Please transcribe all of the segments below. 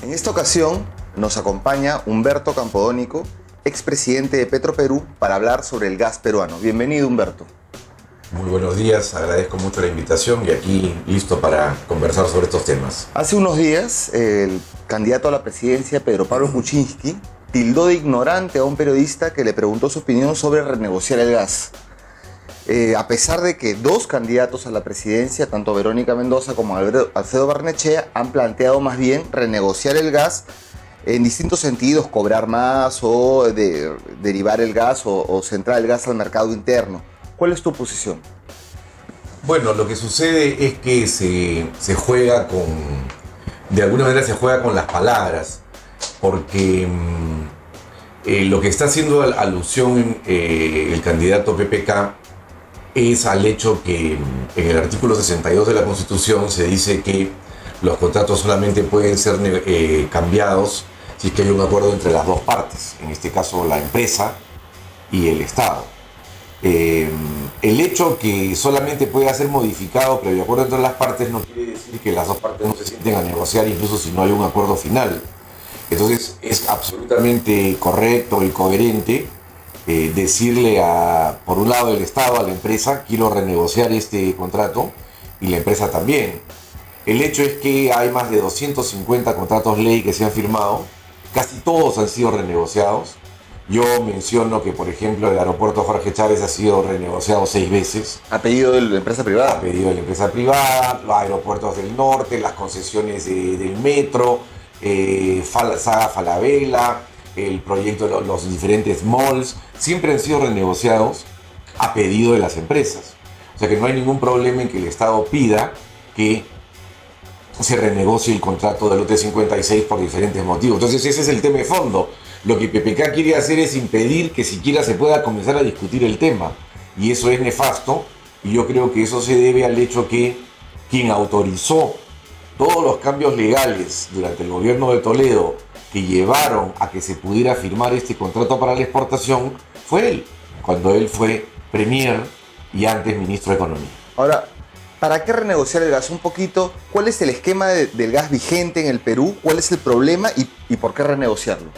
En esta ocasión nos acompaña Humberto Campodónico, expresidente de Petroperú, para hablar sobre el gas peruano. Bienvenido, Humberto. Muy buenos días, agradezco mucho la invitación y aquí listo para conversar sobre estos temas. Hace unos días, el candidato a la presidencia, Pedro Pablo Kuczynski, tildó de ignorante a un periodista que le preguntó su opinión sobre renegociar el gas. A pesar de que dos candidatos a la presidencia, tanto Verónica Mendoza como Alfredo Barnechea, han planteado más bien renegociar el gas en distintos sentidos, cobrar más o derivar el gas o centrar el gas al mercado interno. ¿Cuál es tu posición? Bueno, lo que sucede es que se juega de alguna manera se juega con las palabras, porque lo que está haciendo alusión el candidato PPK es al hecho que en el artículo 62 de la Constitución se dice que los contratos solamente pueden ser cambiados si es que hay un acuerdo entre las dos partes, en este caso la empresa y el Estado. El hecho que solamente pueda ser modificado previo acuerdo entre las partes no quiere decir que las dos partes no se sienten a negociar incluso si no hay un acuerdo final. Entonces es absolutamente correcto y coherente decirle por un lado el Estado a la empresa: quiero renegociar este contrato, y la empresa también. El hecho es que hay más de 250 contratos ley que se han firmado, casi todos han sido renegociados. Yo menciono que, por ejemplo, el aeropuerto Jorge Chávez ha sido renegociado 6 veces. ¿A pedido de la empresa privada? A pedido de la empresa privada, los aeropuertos del norte, las concesiones del metro, Saga Falabella, el proyecto de los diferentes malls, siempre han sido renegociados a pedido de las empresas. O sea que no hay ningún problema en que el Estado pida que se renegocie el contrato del lote 56 por diferentes motivos. Entonces ese es el tema de fondo. Lo que PPK quiere hacer es impedir que siquiera se pueda comenzar a discutir el tema. Y eso es nefasto, y yo creo que eso se debe al hecho que quien autorizó todos los cambios legales durante el gobierno de Toledo que llevaron a que se pudiera firmar este contrato para la exportación fue él, cuando él fue premier y antes ministro de Economía. Ahora, ¿para qué renegociar el gas? Un poquito, ¿cuál es el esquema del gas vigente en el Perú? ¿Cuál es el problema y por qué renegociarlo?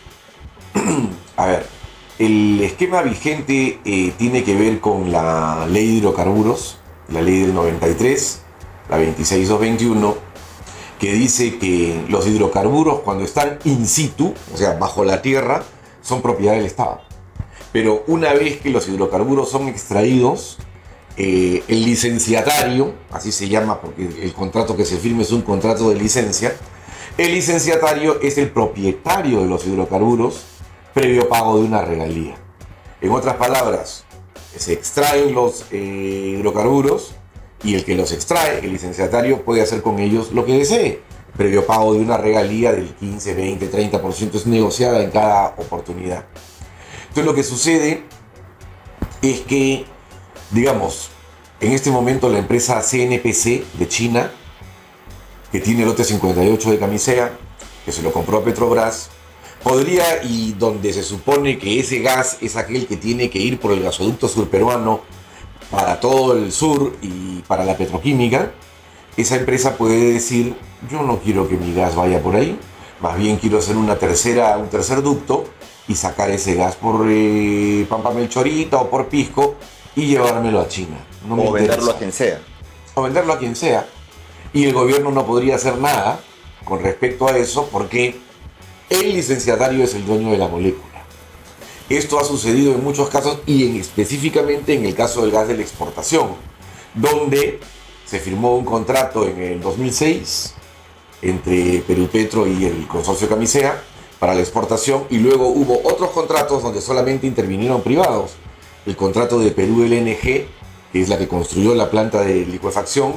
A ver, el esquema vigente tiene que ver con la ley de hidrocarburos, la ley del 93, la 26221, que dice que los hidrocarburos, cuando están in situ, o sea, bajo la tierra, son propiedad del Estado. Pero una vez que los hidrocarburos son extraídos, el licenciatario, así se llama porque el contrato que se firme es un contrato de licencia, el licenciatario es el propietario de los hidrocarburos previo pago de una regalía. En otras palabras, se extraen los hidrocarburos y el que los extrae, el licenciatario, puede hacer con ellos lo que desee, previo pago de una regalía del 15, 20, 30%, es negociada en cada oportunidad. Entonces lo que sucede es que, digamos, en este momento la empresa CNPC de China, que tiene el lote 58 de Camisea, que se lo compró a Petrobras, podría, y donde se supone que ese gas es aquel que tiene que ir por el gasoducto surperuano para todo el sur y para la petroquímica, esa empresa puede decir: yo no quiero que mi gas vaya por ahí, más bien quiero hacer un tercer ducto y sacar ese gas por Pampa Melchorita o por Pisco y llevármelo a China. No me interesa. Venderlo a quien sea. O venderlo a quien sea. Y el gobierno no podría hacer nada con respecto a eso porque el licenciatario es el dueño de la molécula. Esto ha sucedido en muchos casos y específicamente en el caso del gas de la exportación, donde se firmó un contrato en el 2006 entre Perupetro y el consorcio Camisea para la exportación, y luego hubo otros contratos donde solamente intervinieron privados. El contrato de Perú LNG, que es la que construyó la planta de licuefacción,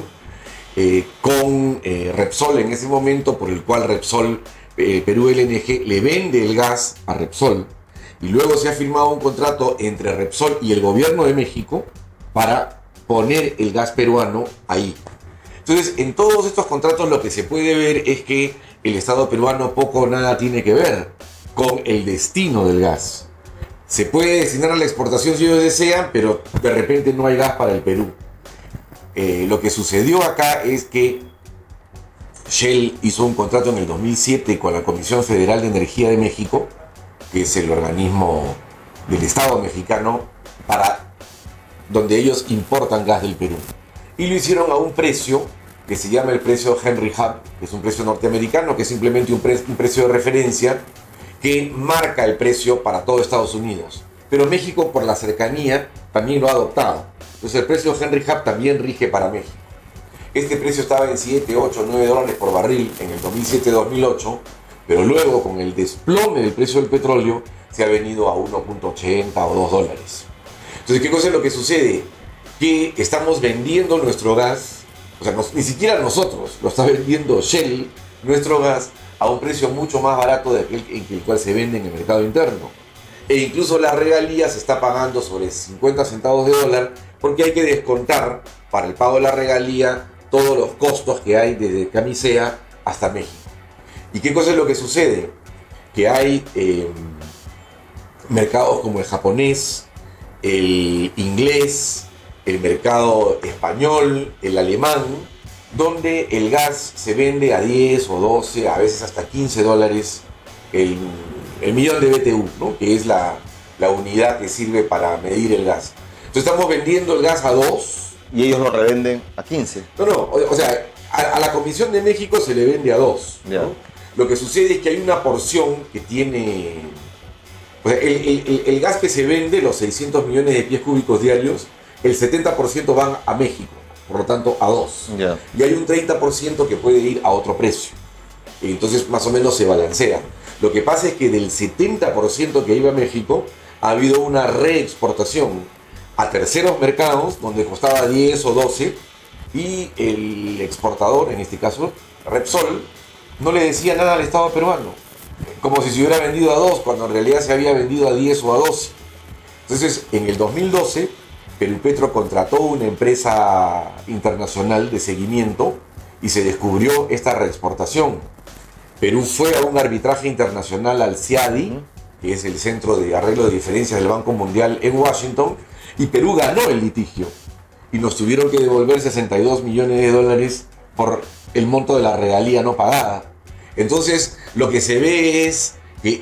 con Repsol en ese momento, por el cual Repsol, Perú LNG, le vende el gas a Repsol, y luego se ha firmado un contrato entre Repsol y el gobierno de México para poner el gas peruano ahí. Entonces, en todos estos contratos lo que se puede ver es que el Estado peruano poco o nada tiene que ver con el destino del gas. Se puede destinar a la exportación si ellos desean, pero de repente no hay gas para el Perú. Lo que sucedió acá es que Shell hizo un contrato en el 2007 con la Comisión Federal de Energía de México, que es el organismo del Estado mexicano, donde ellos importan gas del Perú. Y lo hicieron a un precio que se llama el precio Henry Hub, que es un precio norteamericano, que es simplemente un precio de referencia que marca el precio para todo Estados Unidos. Pero México, por la cercanía, también lo ha adoptado. Entonces el precio Henry Hub también rige para México. Este precio estaba en 7, 8, 9 dólares por barril en el 2007-2008, pero luego con el desplome del precio del petróleo se ha venido a 1.80 o 2 dólares. Entonces, ¿qué cosa es lo que sucede? Que estamos vendiendo nuestro gas, o sea, ni siquiera nosotros, lo está vendiendo Shell, nuestro gas, a un precio mucho más barato de aquel en el cual se vende en el mercado interno. E incluso la regalía se está pagando sobre 50 centavos de dólar porque hay que descontar para el pago de la regalía todos los costos que hay desde Camisea hasta México. ¿Y qué cosa es lo que sucede? Que hay mercados como el japonés, el inglés, el mercado español, el alemán, donde el gas se vende a 10 o 12, a veces hasta 15 dólares el millón de BTU, ¿no? Que es la unidad que sirve para medir el gas. Entonces estamos vendiendo el gas a 2. Y ellos lo revenden a 15. No, o sea, a la Comisión de México se le vende a 2. ¿No? Lo que sucede es que hay una porción que tiene... O sea, el gas que se vende, los 600 millones de pies cúbicos diarios, el 70% van a México, por lo tanto a 2. Y hay un 30% que puede ir a otro precio. Entonces más o menos se balancea. Lo que pasa es que del 70% que iba a México, ha habido una reexportación a terceros mercados, donde costaba 10 o 12, y el exportador, en este caso Repsol, no le decía nada al Estado peruano, como si se hubiera vendido a 2, cuando en realidad se había vendido a 10 o a 12. Entonces, en el 2012, Perupetro contrató una empresa internacional de seguimiento y se descubrió esta reexportación. Perú fue a un arbitraje internacional al CIADI, que es el Centro de Arreglo de Diferencias del Banco Mundial en Washington, y Perú ganó el litigio. Y nos tuvieron que devolver 62 millones de dólares por el monto de la regalía no pagada. Entonces, lo que se ve es que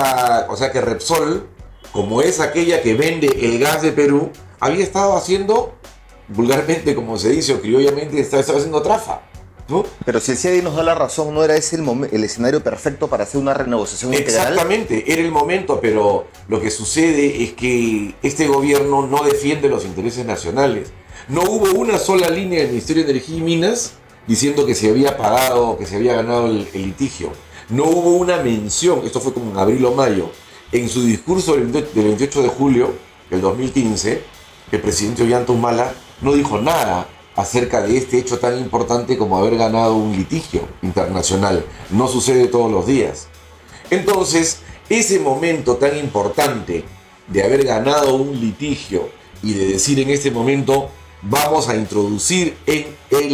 que Repsol, como es aquella que vende el gas de Perú, había estado haciendo, vulgarmente como se dice, o criollamente, estaba haciendo trafa, ¿no? Pero si el CIADI nos da la razón, ¿no era ese el escenario perfecto para hacer una renegociación integral? Exactamente, era el momento, pero lo que sucede es que este gobierno no defiende los intereses nacionales. No hubo una sola línea del Ministerio de Energía y Minas diciendo que se había pagado, que se había ganado el litigio. No hubo una mención, esto fue como en abril o mayo, en su discurso del 28 de julio del 2015, el presidente Ollanta Humala no dijo nada acerca de este hecho tan importante como haber ganado un litigio internacional. No sucede todos los días. Entonces, ese momento tan importante de haber ganado un litigio y de decir en este momento vamos a introducir en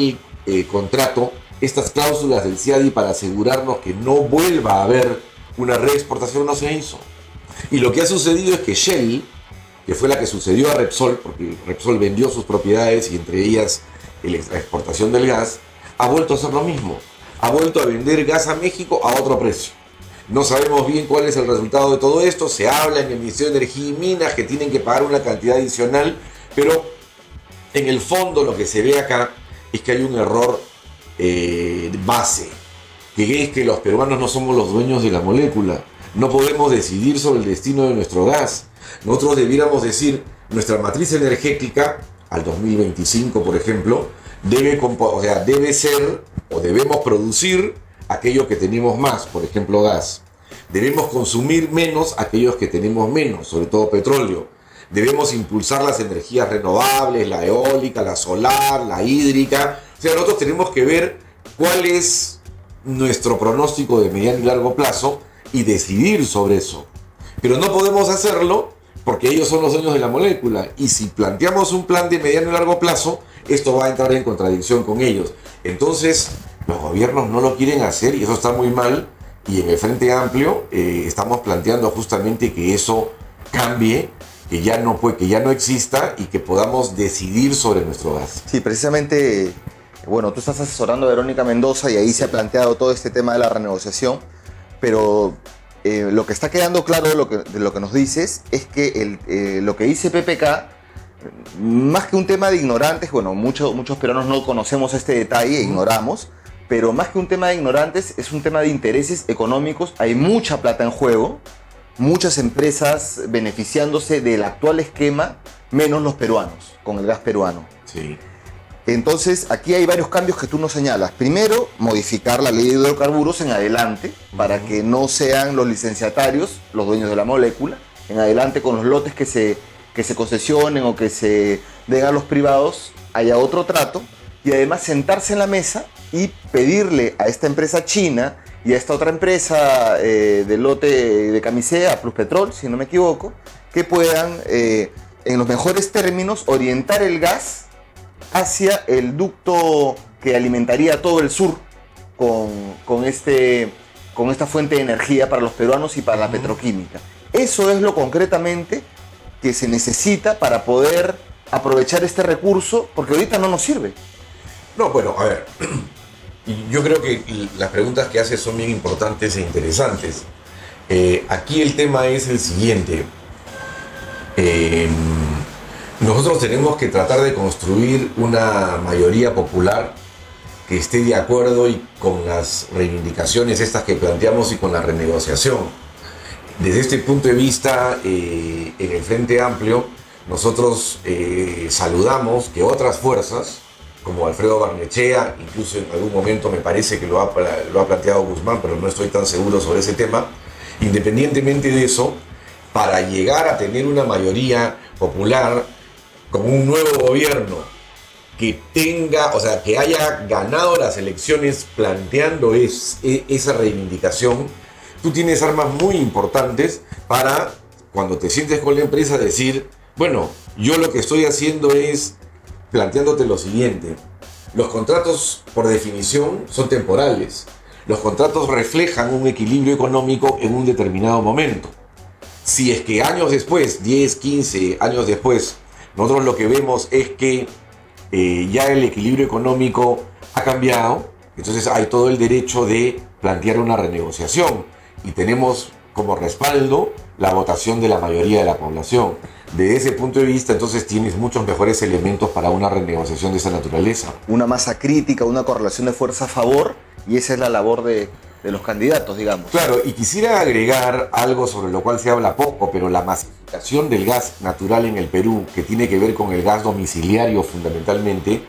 el contrato estas cláusulas del CIADI para asegurarnos que no vuelva a haber una reexportación, no se hizo. Y lo que ha sucedido es que Shell, que fue la que sucedió a Repsol, porque Repsol vendió sus propiedades y entre ellas la exportación del gas, ha vuelto a hacer lo mismo. Ha vuelto a vender gas a México a otro precio. No sabemos bien cuál es el resultado de todo esto. Se habla en el Ministerio de Energía y Minas que tienen que pagar una cantidad adicional, pero en el fondo lo que se ve acá es que hay un error base, que es que los peruanos no somos los dueños de la molécula. No podemos decidir sobre el destino de nuestro gas. Nosotros debiéramos decir, nuestra matriz energética, al 2025, por ejemplo, debe ser o debemos producir aquello que tenemos más, por ejemplo, gas. Debemos consumir menos aquellos que tenemos menos, sobre todo petróleo. Debemos impulsar las energías renovables, la eólica, la solar, la hídrica. O sea, nosotros tenemos que ver cuál es nuestro pronóstico de mediano y largo plazo y decidir sobre eso. Pero no podemos hacerlo porque ellos son los dueños de la molécula. Y si planteamos un plan de mediano y largo plazo, esto va a entrar en contradicción con ellos. Entonces, los gobiernos no lo quieren hacer y eso está muy mal. Y en el Frente Amplio estamos planteando justamente que eso cambie, que ya no exista y que podamos decidir sobre nuestro gas. Sí, precisamente Bueno, tú estás asesorando a Verónica Mendoza y ahí se ha planteado todo este tema de la renegociación, pero lo que está quedando claro de lo que nos dices es que lo que dice PPK, más que un tema de ignorantes, bueno, muchos peruanos no conocemos este detalle e ignoramos, pero más que un tema de ignorantes es un tema de intereses económicos. Hay mucha plata en juego, muchas empresas beneficiándose del actual esquema, menos los peruanos, con el gas peruano. Sí. Entonces, aquí hay varios cambios que tú nos señalas. Primero, modificar la ley de hidrocarburos en adelante para que no sean los licenciatarios los dueños de la molécula. En adelante, con los lotes que se concesionen o que se den a los privados, haya otro trato. Y además, sentarse en la mesa y pedirle a esta empresa china y a esta otra empresa del lote de Camisea, a Pluspetrol, si no me equivoco, que puedan, en los mejores términos, orientar el gas hacia el ducto que alimentaría todo el sur con esta fuente de energía para los peruanos y para la petroquímica. Eso es lo concretamente que se necesita para poder aprovechar este recurso, porque ahorita no nos sirve. No, bueno, a ver, yo creo que las preguntas que haces son bien importantes e interesantes. Aquí el tema es el siguiente. Nosotros tenemos que tratar de construir una mayoría popular que esté de acuerdo y con las reivindicaciones estas que planteamos y con la renegociación. Desde este punto de vista, en el Frente Amplio, nosotros saludamos que otras fuerzas, como Alfredo Barnechea, incluso en algún momento me parece que lo ha planteado Guzmán, pero no estoy tan seguro sobre ese tema, independientemente de eso, para llegar a tener una mayoría popular con un nuevo gobierno que tenga, o sea, que haya ganado las elecciones planteando esa reivindicación, tú tienes armas muy importantes para, cuando te sientes con la empresa, decir, bueno, yo lo que estoy haciendo es planteándote lo siguiente. Los contratos, por definición, son temporales. Los contratos reflejan un equilibrio económico en un determinado momento. Si es que años después, 10, 15 años después, nosotros lo que vemos es que ya el equilibrio económico ha cambiado, entonces hay todo el derecho de plantear una renegociación y tenemos como respaldo la votación de la mayoría de la población. De ese punto de vista, entonces tienes muchos mejores elementos para una renegociación de esa naturaleza. Una masa crítica, una correlación de fuerza a favor, y esa es la labor de los candidatos, digamos. Claro, y quisiera agregar algo sobre lo cual se habla poco, pero la masificación del gas natural en el Perú, que tiene que ver con el gas domiciliario fundamentalmente,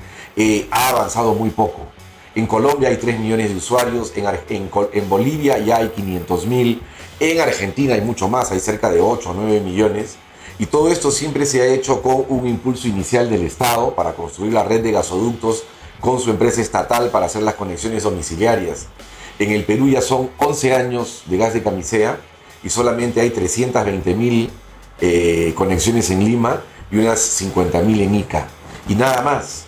ha avanzado muy poco. En Colombia hay 3 millones de usuarios, en Bolivia ya hay 500.000, en Argentina hay mucho más, hay cerca de 8 o 9 millones, y todo esto siempre se ha hecho con un impulso inicial del Estado para construir la red de gasoductos con su empresa estatal para hacer las conexiones domiciliarias. En el Perú ya son 11 años de gas de Camisea y solamente hay 320.000 conexiones en Lima y unas 50.000 en Ica. Y nada más.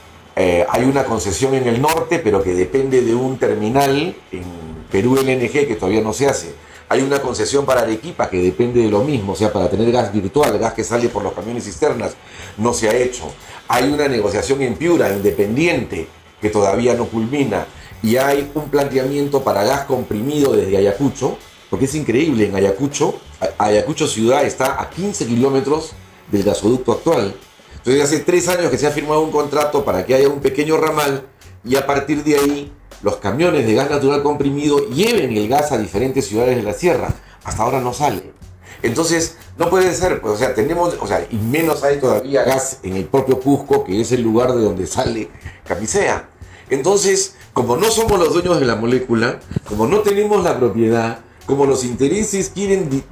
Hay una concesión en el norte, pero que depende de un terminal en Perú LNG que todavía no se hace. Hay una concesión para Arequipa que depende de lo mismo, o sea, para tener gas virtual, gas que sale por los camiones cisternas, no se ha hecho. Hay una negociación en Piura, independiente, que todavía no culmina. Y hay un planteamiento para gas comprimido desde Ayacucho, porque es increíble, en Ayacucho ciudad está a 15 kilómetros del gasoducto actual. Entonces hace 3 años que se ha firmado un contrato para que haya un pequeño ramal y a partir de ahí los camiones de gas natural comprimido lleven el gas a diferentes ciudades de la sierra. Hasta ahora no sale. Entonces no puede ser, pues, y menos hay todavía gas en el propio Cusco, que es el lugar de donde sale Camisea. Entonces, como no somos los dueños de la molécula, como no tenemos la propiedad, como los intereses quieren,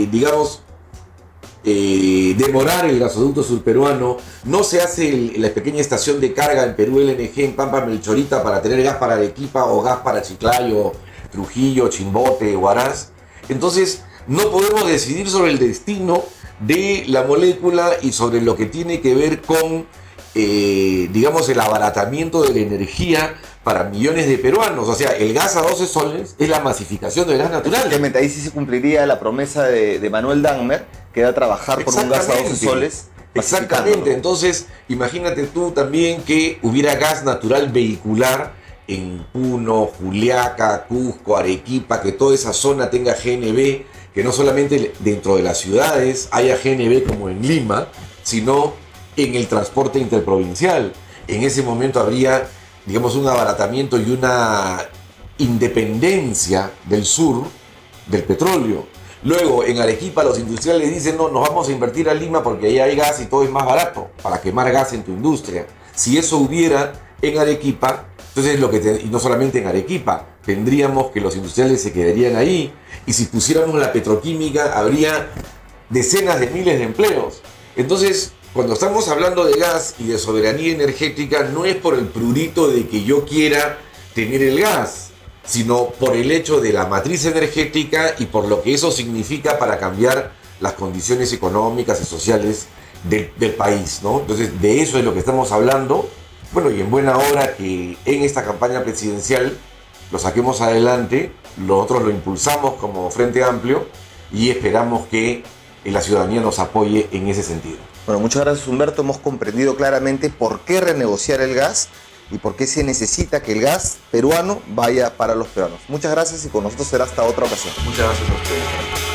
demorar el gasoducto surperuano, no se hace la pequeña estación de carga en Perú LNG, en Pampa Melchorita, para tener gas para Arequipa o gas para Chiclayo, Trujillo, Chimbote, Huaraz. Entonces, no podemos decidir sobre el destino de la molécula y sobre lo que tiene que ver con el abaratamiento de la energía para millones de peruanos. O sea, el gas a 12 soles es la masificación del gas natural. Ahí sí se cumpliría la promesa de Manuel Dagmer, que era trabajar por un gas a 12 soles Exactamente, entonces imagínate tú también que hubiera gas natural vehicular en Puno, Juliaca, Cusco, Arequipa, que toda esa zona tenga GNV, que no solamente dentro de las ciudades haya GNV como en Lima, sino en el transporte interprovincial. En ese momento habría, digamos, un abaratamiento y una independencia del sur del petróleo. Luego, en Arequipa, los industriales dicen, no, nos vamos a invertir a Lima porque ahí hay gas y todo es más barato para quemar gas en tu industria. Si eso hubiera en Arequipa, entonces y no solamente en Arequipa, tendríamos que los industriales se quedarían ahí, y si pusiéramos la petroquímica, habría decenas de miles de empleos. Entonces, cuando estamos hablando de gas y de soberanía energética, no es por el prurito de que yo quiera tener el gas, sino por el hecho de la matriz energética y por lo que eso significa para cambiar las condiciones económicas y sociales del país, ¿no? Entonces, de eso es lo que estamos hablando. Bueno, y en buena hora que en esta campaña presidencial lo saquemos adelante, nosotros lo impulsamos como Frente Amplio y esperamos que la ciudadanía nos apoye en ese sentido. Bueno, muchas gracias, Humberto. Hemos comprendido claramente por qué renegociar el gas y por qué se necesita que el gas peruano vaya para los peruanos. Muchas gracias y con nosotros será hasta otra ocasión. Muchas gracias a ustedes.